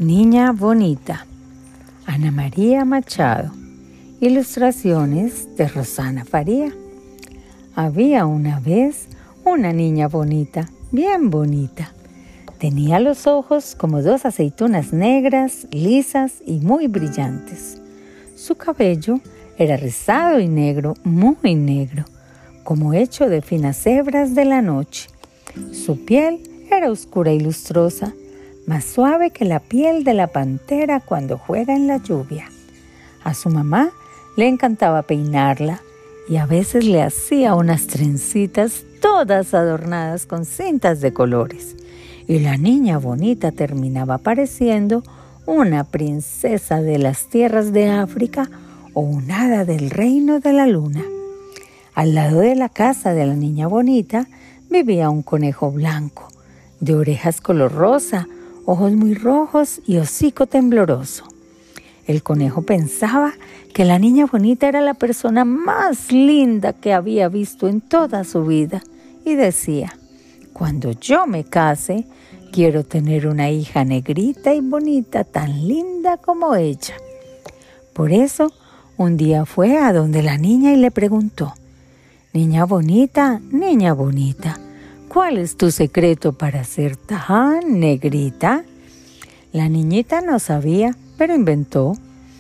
Niña bonita, Ana María Machado. Ilustraciones de Rosana Faría. Había una vez una niña bonita, bien bonita. Tenía los ojos como dos aceitunas negras, lisas y muy brillantes. Su cabello era rizado y negro, muy negro, como hecho de finas hebras de la noche. Su piel era oscura y lustrosa, más suave que la piel de la pantera cuando juega en la lluvia. A su mamá le encantaba peinarla y a veces le hacía unas trencitas todas adornadas con cintas de colores. Y la niña bonita terminaba pareciendo una princesa de las tierras de África o un hada del reino de la luna. Al lado de la casa de la niña bonita vivía un conejo blanco, de orejas color rosa, ojos muy rojos y hocico tembloroso. El conejo pensaba que la niña bonita era la persona más linda que había visto en toda su vida y decía: cuando yo me case, quiero tener una hija negrita y bonita, tan linda como ella. Por eso, un día fue a donde la niña y le preguntó: niña bonita, ¿cuál es tu secreto para ser tan negrita? La niñita no sabía, pero inventó: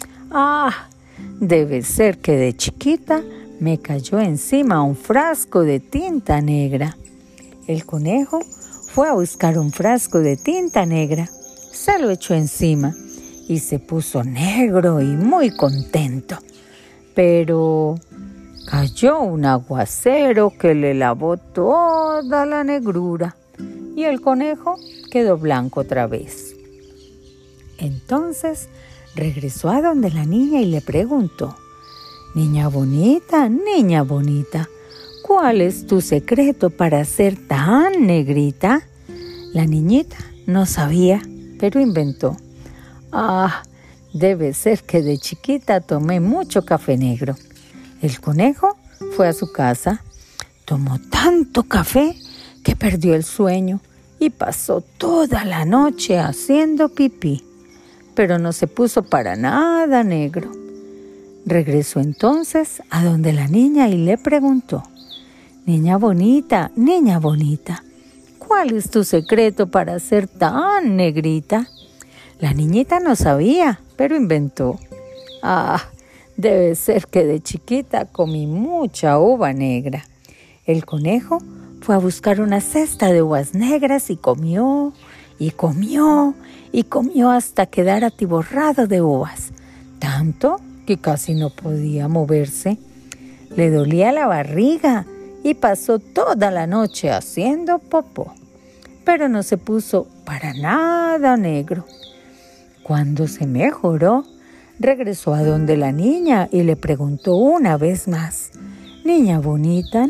debe ser que de chiquita me cayó encima un frasco de tinta negra. El conejo fue a buscar un frasco de tinta negra, se lo echó encima y se puso negro y muy contento. Pero cayó un aguacero que le lavó toda la negrura y el conejo quedó blanco otra vez. Entonces regresó a donde la niña y le preguntó: niña bonita, ¿cuál es tu secreto para ser tan negrita? La niñita no sabía, pero inventó: debe ser que de chiquita tomé mucho café negro. El conejo fue a su casa, tomó tanto café que perdió el sueño y pasó toda la noche haciendo pipí, pero no se puso para nada negro. Regresó entonces a donde la niña y le preguntó: niña bonita, ¿cuál es tu secreto para ser tan negrita? La niñita no sabía, pero inventó: debe ser que de chiquita comí mucha uva negra. El conejo fue a buscar una cesta de uvas negras y comió hasta quedar atiborrado de uvas, tanto que casi no podía moverse. Le dolía la barriga y pasó toda la noche haciendo popó, pero no se puso para nada negro. Cuando se mejoró, regresó a donde la niña y le preguntó una vez más: niña bonita,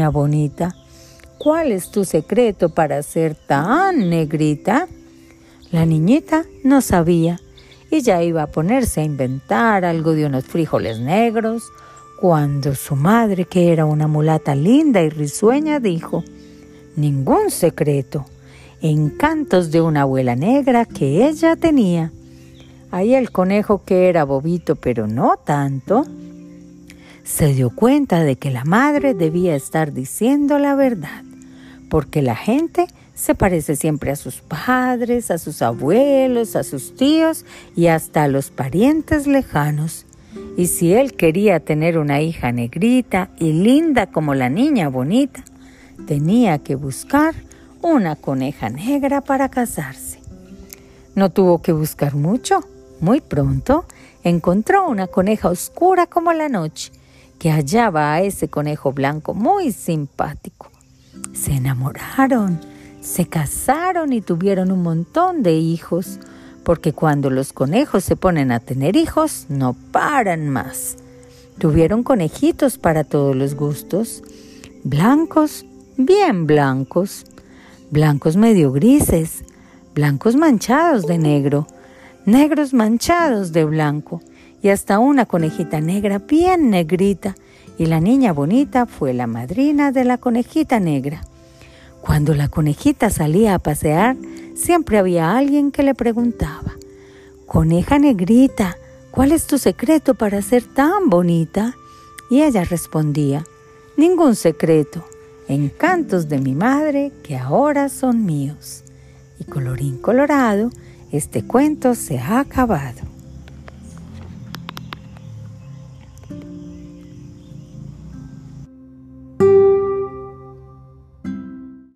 ¿cuál es tu secreto para ser tan negrita? La niñita no sabía y ya iba a ponerse a inventar algo de unos frijoles negros, cuando su madre, que era una mulata linda y risueña, dijo: ningún secreto, encantos de una abuela negra que ella tenía. Ahí el conejo, que era bobito pero no tanto, se dio cuenta de que la madre debía estar diciendo la verdad, porque la gente se parece siempre a sus padres, a sus abuelos, a sus tíos y hasta a los parientes lejanos. Y si él quería tener una hija negrita y linda como la niña bonita, tenía que buscar una coneja negra para casarse. No tuvo que buscar mucho. Muy pronto encontró una coneja oscura como la noche, que hallaba a ese conejo blanco muy simpático. Se enamoraron, se casaron y tuvieron un montón de hijos, porque cuando los conejos se ponen a tener hijos, no paran más. Tuvieron conejitos para todos los gustos, blancos, bien blancos, blancos medio grises, blancos manchados de negro, negros manchados de blanco, y hasta una conejita negra bien negrita, y la niña bonita fue la madrina de la conejita negra. Cuando la conejita salía a pasear, siempre había alguien que le preguntaba: Coneja negrita, ¿cuál es tu secreto para ser tan bonita? Y ella respondía, ningún secreto, encantos de mi madre que ahora son míos. Y colorín colorado, este cuento se ha acabado.